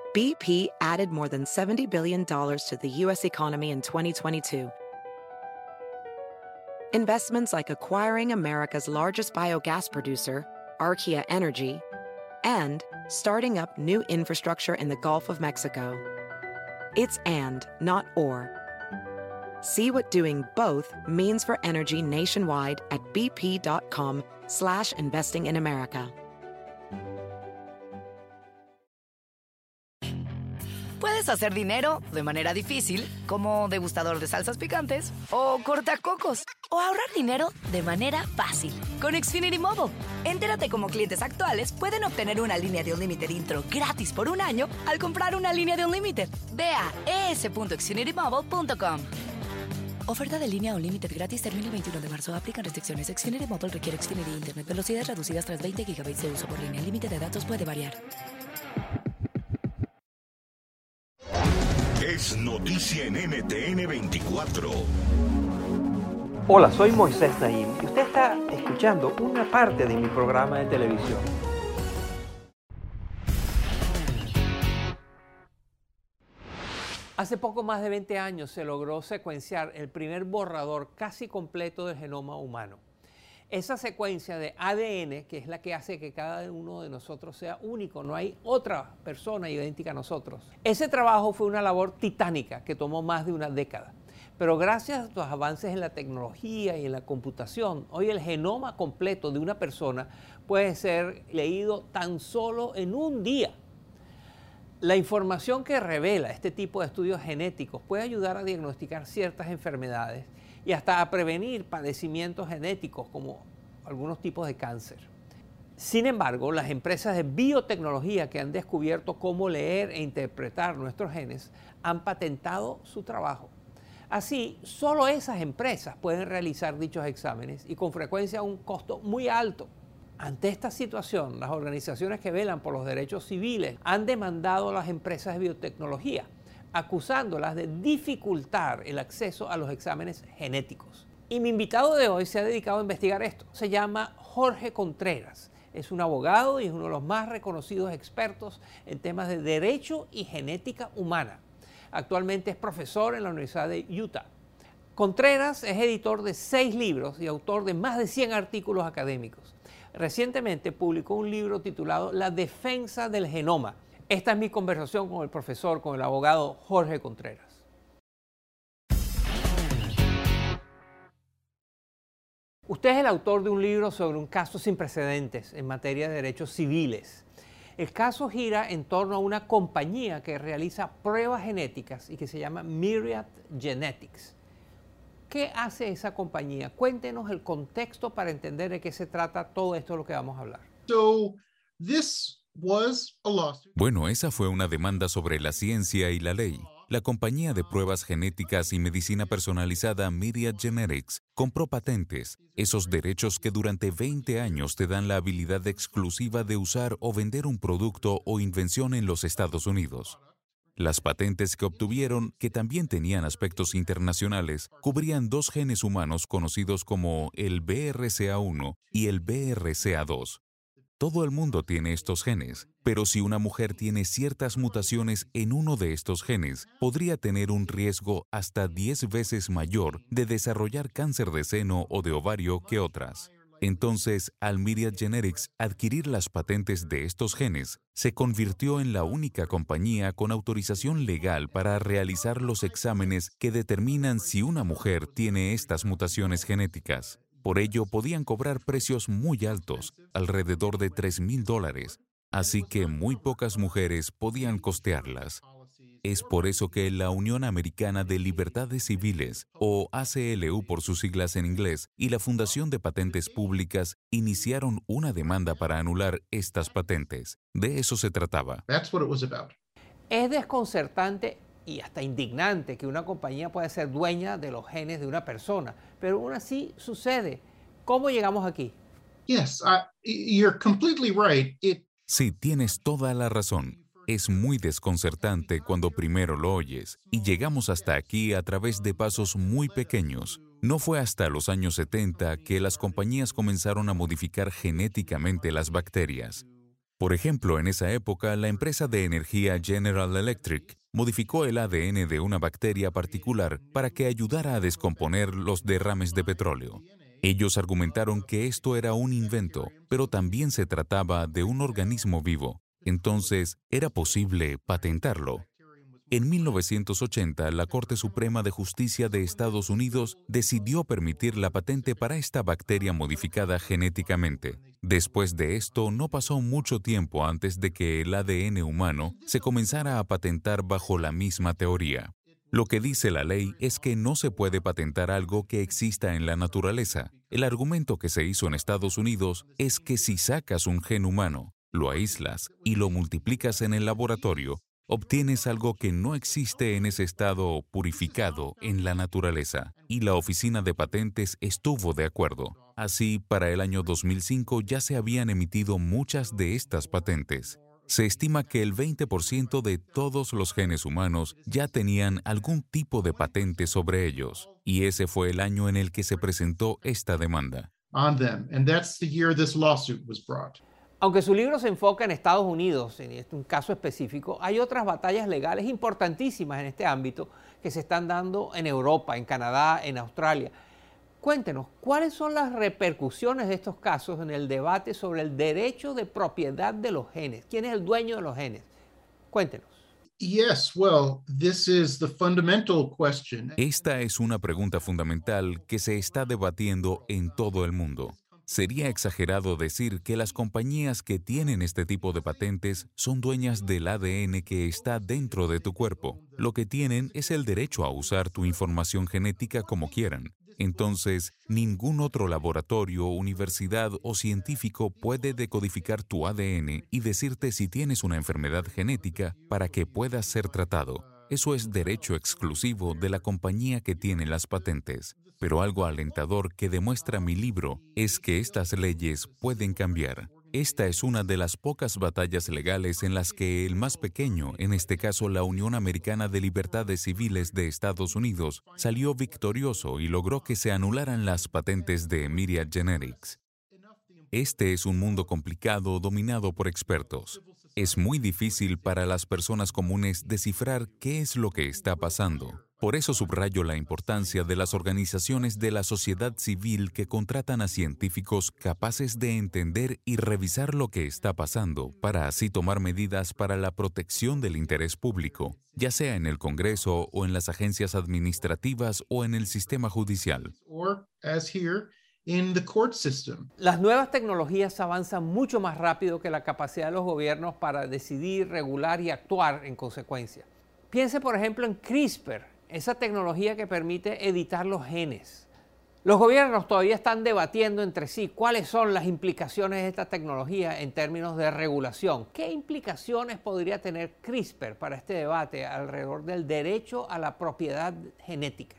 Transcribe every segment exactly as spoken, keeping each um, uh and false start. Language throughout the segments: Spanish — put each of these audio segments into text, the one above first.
B P added more than seventy billion dollars to the U S economy in twenty twenty-two. Investments like acquiring America's largest biogas producer, Archaea Energy, and starting up new infrastructure in the Gulf of Mexico. It's and, not or. See what doing both means for energy nationwide at bp.com slash investing in America. Puedes hacer dinero de manera difícil, como degustador de salsas picantes, o cortacocos, o ahorrar dinero de manera fácil con Xfinity Mobile. Entérate cómo clientes actuales pueden obtener una línea de Unlimited intro gratis por un año al comprar una línea de Unlimited. Ve a e s punto xfinity mobile punto com. Oferta de línea Unlimited gratis termina el veintiuno de marzo. Aplican restricciones. Xfinity Mobile requiere Xfinity Internet. Velocidades reducidas tras veinte gigabytes de uso por línea. El límite de datos puede variar. Es noticia en N T N veinticuatro. Hola, soy Moisés Naim y usted está escuchando una parte de mi programa de televisión. Hace poco más de veinte años se logró secuenciar el primer borrador casi completo del genoma humano. Esa secuencia de A D N, que es la que hace que cada uno de nosotros sea único, no hay otra persona idéntica a nosotros. Ese trabajo fue una labor titánica que tomó más de una década. Pero gracias a los avances en la tecnología y en la computación, hoy el genoma completo de una persona puede ser leído tan solo en un día. La información que revela este tipo de estudios genéticos puede ayudar a diagnosticar ciertas enfermedades y hasta a prevenir padecimientos genéticos como algunos tipos de cáncer. Sin embargo, las empresas de biotecnología que han descubierto cómo leer e interpretar nuestros genes han patentado su trabajo. Así, solo esas empresas pueden realizar dichos exámenes y con frecuencia a un costo muy alto. Ante esta situación, las organizaciones que velan por los derechos civiles han demandado a las empresas de biotecnología, acusándolas de dificultar el acceso a los exámenes genéticos. Y mi invitado de hoy se ha dedicado a investigar esto. Se llama Jorge Contreras. Es un abogado y es uno de los más reconocidos expertos en temas de derecho y genética humana. Actualmente es profesor en la Universidad de Utah. Contreras es editor de seis libros y autor de más de cien artículos académicos. Recientemente publicó un libro titulado La defensa del genoma. Esta es mi conversación con el profesor, con el abogado Jorge Contreras. Usted es el autor de un libro sobre un caso sin precedentes en materia de derechos civiles. El caso gira en torno a una compañía que realiza pruebas genéticas y que se llama Myriad Genetics. ¿Qué hace esa compañía? Cuéntenos el contexto para entender de qué se trata todo esto de lo que vamos a hablar. So, this was a lawsuit. Bueno, esa fue una demanda sobre la ciencia y la ley. La compañía de pruebas genéticas y medicina personalizada Myriad Genetics compró patentes, esos derechos que durante veinte años te dan la habilidad exclusiva de usar o vender un producto o invención en los Estados Unidos. Las patentes que obtuvieron, que también tenían aspectos internacionales, cubrían dos genes humanos conocidos como el B R C A uno y el B R C A dos. Todo el mundo tiene estos genes, pero si una mujer tiene ciertas mutaciones en uno de estos genes, podría tener un riesgo hasta diez veces mayor de desarrollar cáncer de seno o de ovario que otras. Entonces, al Myriad Genetics adquirir las patentes de estos genes, se convirtió en la única compañía con autorización legal para realizar los exámenes que determinan si una mujer tiene estas mutaciones genéticas. Por ello, podían cobrar precios muy altos, alrededor de tres mil dólares, así que muy pocas mujeres podían costearlas. Es por eso que la Unión Americana de Libertades Civiles, o A C L U por sus siglas en inglés, y la Fundación de Patentes Públicas iniciaron una demanda para anular estas patentes. De eso se trataba. That's what it was about. Es desconcertante y hasta indignante que una compañía pueda ser dueña de los genes de una persona, pero aún así sucede. ¿Cómo llegamos aquí? Yes, uh, you're completely right. It Sí, tienes toda la razón. Es muy desconcertante cuando primero lo oyes, y llegamos hasta aquí a través de pasos muy pequeños. No fue hasta los años setenta que las compañías comenzaron a modificar genéticamente las bacterias. Por ejemplo, en esa época, la empresa de energía General Electric modificó el A D N de una bacteria particular para que ayudara a descomponer los derrames de petróleo. Ellos argumentaron que esto era un invento, pero también se trataba de un organismo vivo. Entonces, era posible patentarlo. En mil novecientos ochenta, la Corte Suprema de Justicia de Estados Unidos decidió permitir la patente para esta bacteria modificada genéticamente. Después de esto, no pasó mucho tiempo antes de que el A D N humano se comenzara a patentar bajo la misma teoría. Lo que dice la ley es que no se puede patentar algo que exista en la naturaleza. El argumento que se hizo en Estados Unidos es que si sacas un gen humano, lo aíslas y lo multiplicas en el laboratorio, obtienes algo que no existe en ese estado purificado en la naturaleza. Y la Oficina de Patentes estuvo de acuerdo. Así, para el año dos mil cinco ya se habían emitido muchas de estas patentes. Se estima que el veinte por ciento de todos los genes humanos ya tenían algún tipo de patente sobre ellos. Y ese fue el año en el que se presentó esta demanda. On them, and that's the year this lawsuit was brought. Aunque su libro se enfoca en Estados Unidos, en este un caso específico, hay otras batallas legales importantísimas en este ámbito que se están dando en Europa, en Canadá, en Australia. Cuéntenos, ¿cuáles son las repercusiones de estos casos en el debate sobre el derecho de propiedad de los genes? ¿Quién es el dueño de los genes? Cuéntenos. Yes, well, this is the fundamental question. Esta es una pregunta fundamental que se está debatiendo en todo el mundo. Sería exagerado decir que las compañías que tienen este tipo de patentes son dueñas del A D N que está dentro de tu cuerpo. Lo que tienen es el derecho a usar tu información genética como quieran. Entonces, ningún otro laboratorio, universidad o científico puede decodificar tu A D N y decirte si tienes una enfermedad genética para que puedas ser tratado. Eso es derecho exclusivo de la compañía que tiene las patentes. Pero algo alentador que demuestra mi libro es que estas leyes pueden cambiar. Esta es una de las pocas batallas legales en las que el más pequeño, en este caso la Unión Americana de Libertades Civiles de Estados Unidos, salió victorioso y logró que se anularan las patentes de Myriad Genetics. Este es un mundo complicado dominado por expertos. Es muy difícil para las personas comunes descifrar qué es lo que está pasando. Por eso subrayo la importancia de las organizaciones de la sociedad civil que contratan a científicos capaces de entender y revisar lo que está pasando para así tomar medidas para la protección del interés público, ya sea en el Congreso o en las agencias administrativas o en el sistema judicial. Or, as here, in the court system. Las nuevas tecnologías avanzan mucho más rápido que la capacidad de los gobiernos para decidir, regular y actuar en consecuencia. Piense, por ejemplo, en CRISPR, esa tecnología que permite editar los genes. Los gobiernos todavía están debatiendo entre sí cuáles son las implicaciones de esta tecnología en términos de regulación. ¿Qué implicaciones podría tener CRISPR para este debate alrededor del derecho a la propiedad genética?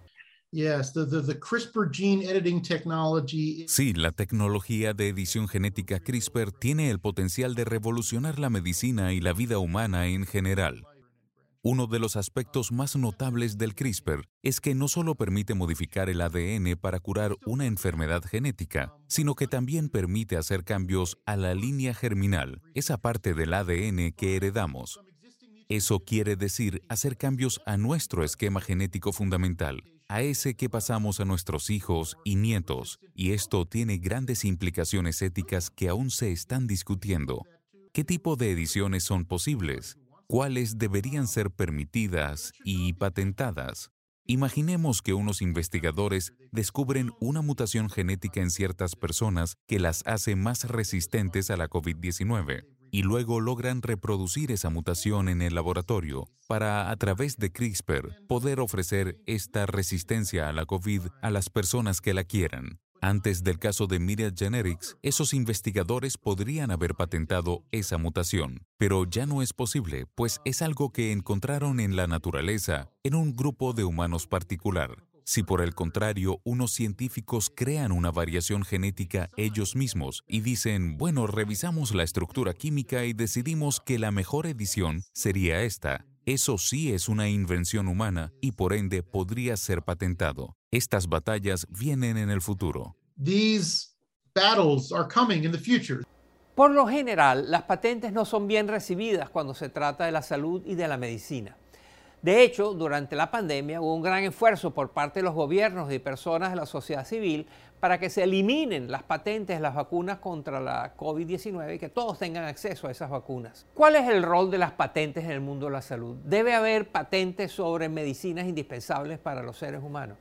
Yes, the, the, the CRISPR gene editing technology. Sí, la tecnología de edición genética CRISPR tiene el potencial de revolucionar la medicina y la vida humana en general. Uno de los aspectos más notables del CRISPR es que no solo permite modificar el A D N para curar una enfermedad genética, sino que también permite hacer cambios a la línea germinal, esa parte del A D N que heredamos. Eso quiere decir hacer cambios a nuestro esquema genético fundamental, a ese que pasamos a nuestros hijos y nietos, y esto tiene grandes implicaciones éticas que aún se están discutiendo. ¿Qué tipo de ediciones son posibles? ¿Cuáles deberían ser permitidas y patentadas? Imaginemos que unos investigadores descubren una mutación genética en ciertas personas que las hace más resistentes a la COVID diecinueve y luego logran reproducir esa mutación en el laboratorio para, a través de CRISPR, poder ofrecer esta resistencia a la COVID a las personas que la quieran. Antes del caso de Myriad Genetics, esos investigadores podrían haber patentado esa mutación, pero ya no es posible, pues es algo que encontraron en la naturaleza, en un grupo de humanos particular. Si por el contrario, unos científicos crean una variación genética ellos mismos y dicen, bueno, revisamos la estructura química y decidimos que la mejor edición sería esta, eso sí es una invención humana y por ende podría ser patentado. Estas batallas vienen en el futuro. These battles are coming in the future. Por lo general, las patentes no son bien recibidas cuando se trata de la salud y de la medicina. De hecho, durante la pandemia hubo un gran esfuerzo por parte de los gobiernos y personas de la sociedad civil para que se eliminen las patentes de las vacunas contra la COVID diecinueve y que todos tengan acceso a esas vacunas. ¿Cuál es el rol de las patentes en el mundo de la salud? ¿Debe haber patentes sobre medicinas indispensables para los seres humanos?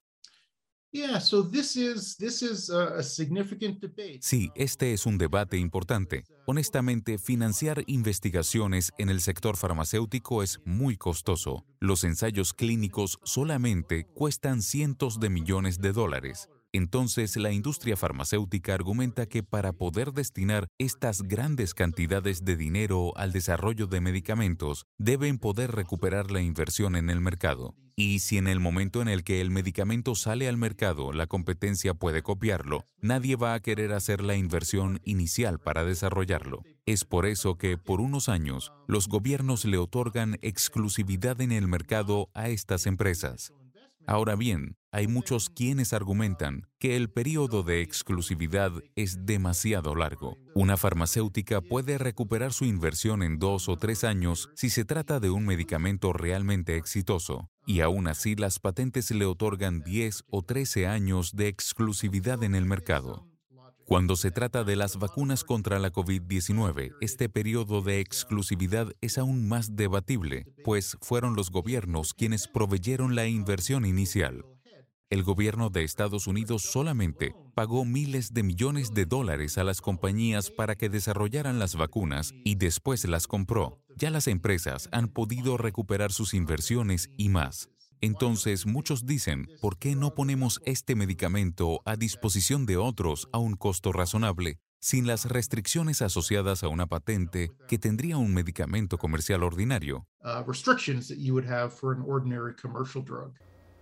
Yeah, so this is, this is a, a significant debate. Sí, este es un debate importante. Honestamente, financiar investigaciones en el sector farmacéutico es muy costoso. Los ensayos clínicos solamente cuestan cientos de millones de dólares. Entonces, la industria farmacéutica argumenta que para poder destinar estas grandes cantidades de dinero al desarrollo de medicamentos, deben poder recuperar la inversión en el mercado. Y si en el momento en el que el medicamento sale al mercado, la competencia puede copiarlo, nadie va a querer hacer la inversión inicial para desarrollarlo. Es por eso que, por unos años, los gobiernos le otorgan exclusividad en el mercado a estas empresas. Ahora bien, hay muchos quienes argumentan que el periodo de exclusividad es demasiado largo. Una farmacéutica puede recuperar su inversión en dos o tres años si se trata de un medicamento realmente exitoso, y aún así las patentes le otorgan diez o trece años de exclusividad en el mercado. Cuando se trata de las vacunas contra la COVID diecinueve, este periodo de exclusividad es aún más debatible, pues fueron los gobiernos quienes proveyeron la inversión inicial. El gobierno de Estados Unidos solamente pagó miles de millones de dólares a las compañías para que desarrollaran las vacunas y después las compró. Ya las empresas han podido recuperar sus inversiones y más. Entonces, muchos dicen, ¿por qué no ponemos este medicamento a disposición de otros a un costo razonable, sin las restricciones asociadas a una patente que tendría un medicamento comercial ordinario? Uh, restrictions that you would have for an ordinary commercial drug.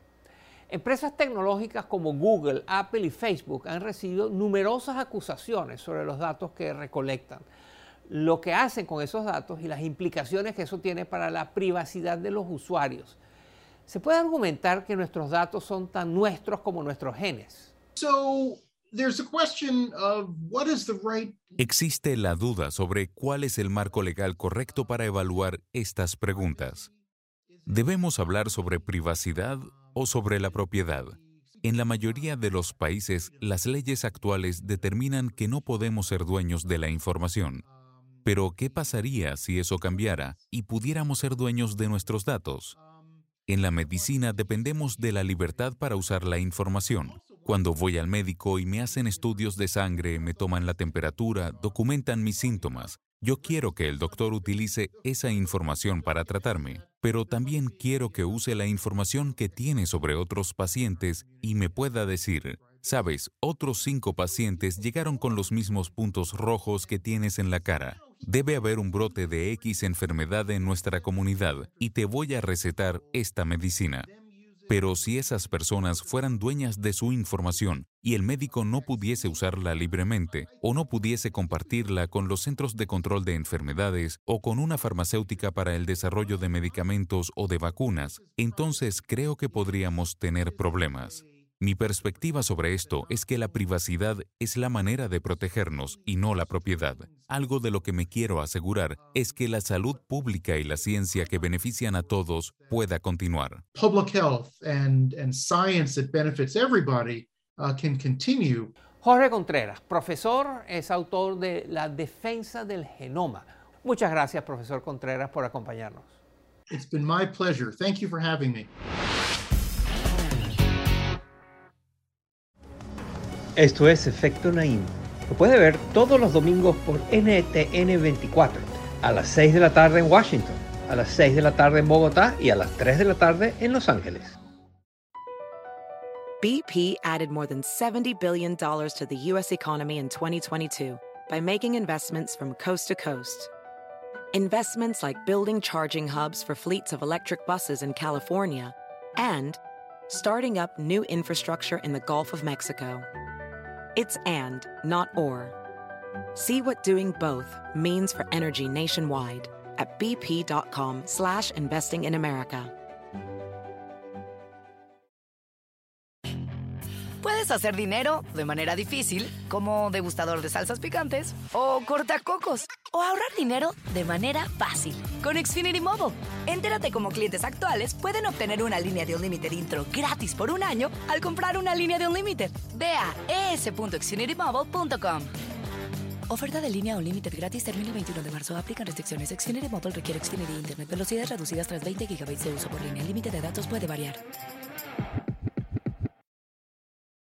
Empresas tecnológicas como Google, Apple y Facebook han recibido numerosas acusaciones sobre los datos que recolectan, lo que hacen con esos datos y las implicaciones que eso tiene para la privacidad de los usuarios. ¿Se puede argumentar que nuestros datos son tan nuestros como nuestros genes? So, there's a question of what is the right... Existe la duda sobre cuál es el marco legal correcto para evaluar estas preguntas. ¿Debemos hablar sobre privacidad o sobre la propiedad? En la mayoría de los países, las leyes actuales determinan que no podemos ser dueños de la información. Pero, ¿qué pasaría si eso cambiara y pudiéramos ser dueños de nuestros datos? En la medicina dependemos de la libertad para usar la información. Cuando voy al médico y me hacen estudios de sangre, me toman la temperatura, documentan mis síntomas. Yo quiero que el doctor utilice esa información para tratarme, pero también quiero que use la información que tiene sobre otros pacientes y me pueda decir, sabes, otros cinco pacientes llegaron con los mismos puntos rojos que tienes en la cara. Debe haber un brote de X enfermedad en nuestra comunidad y te voy a recetar esta medicina. Pero si esas personas fueran dueñas de su información y el médico no pudiese usarla libremente o no pudiese compartirla con los centros de control de enfermedades o con una farmacéutica para el desarrollo de medicamentos o de vacunas, entonces creo que podríamos tener problemas. Mi perspectiva sobre esto es que la privacidad es la manera de protegernos y no la propiedad. Algo de lo que me quiero asegurar es que la salud pública y la ciencia que benefician a todos pueda continuar. Public health and, and science that benefits everybody uh, can continue. Jorge Contreras, profesor, es autor de La defensa del genoma. Muchas gracias, profesor Contreras, por acompañarnos. It's been my pleasure. Thank you for having me. Esto es Efecto Naim. Lo puede ver todos los domingos por N T N veinticuatro, a las seis de la tarde en Washington, a las seis de la tarde en Bogotá y a las tres de la tarde en Los Ángeles. B P added more than seventy billion dollars to the U S economy in twenty twenty-two by making investments from coast to coast. Investments like building charging hubs for fleets of electric buses in California and starting up new infrastructure in the Gulf of Mexico. It's and, not or. See what doing both means for energy nationwide at bp.com slash investing in America. Puedes Puedes hacer dinero de manera difícil, como degustador de salsas picantes, o cortacocos, o ahorrar dinero de manera fácil con Xfinity Mobile. Entérate cómo clientes actuales pueden obtener una línea de Unlimited intro gratis por un año al comprar una línea de Unlimited. Ve a e s punto xfinity mobile punto com. Oferta de línea Unlimited gratis termina el veintiuno de marzo. Aplican restricciones. Xfinity Mobile requiere Xfinity Internet. Velocidades reducidas tras veinte gigabytes de uso por línea. El límite de datos puede variar.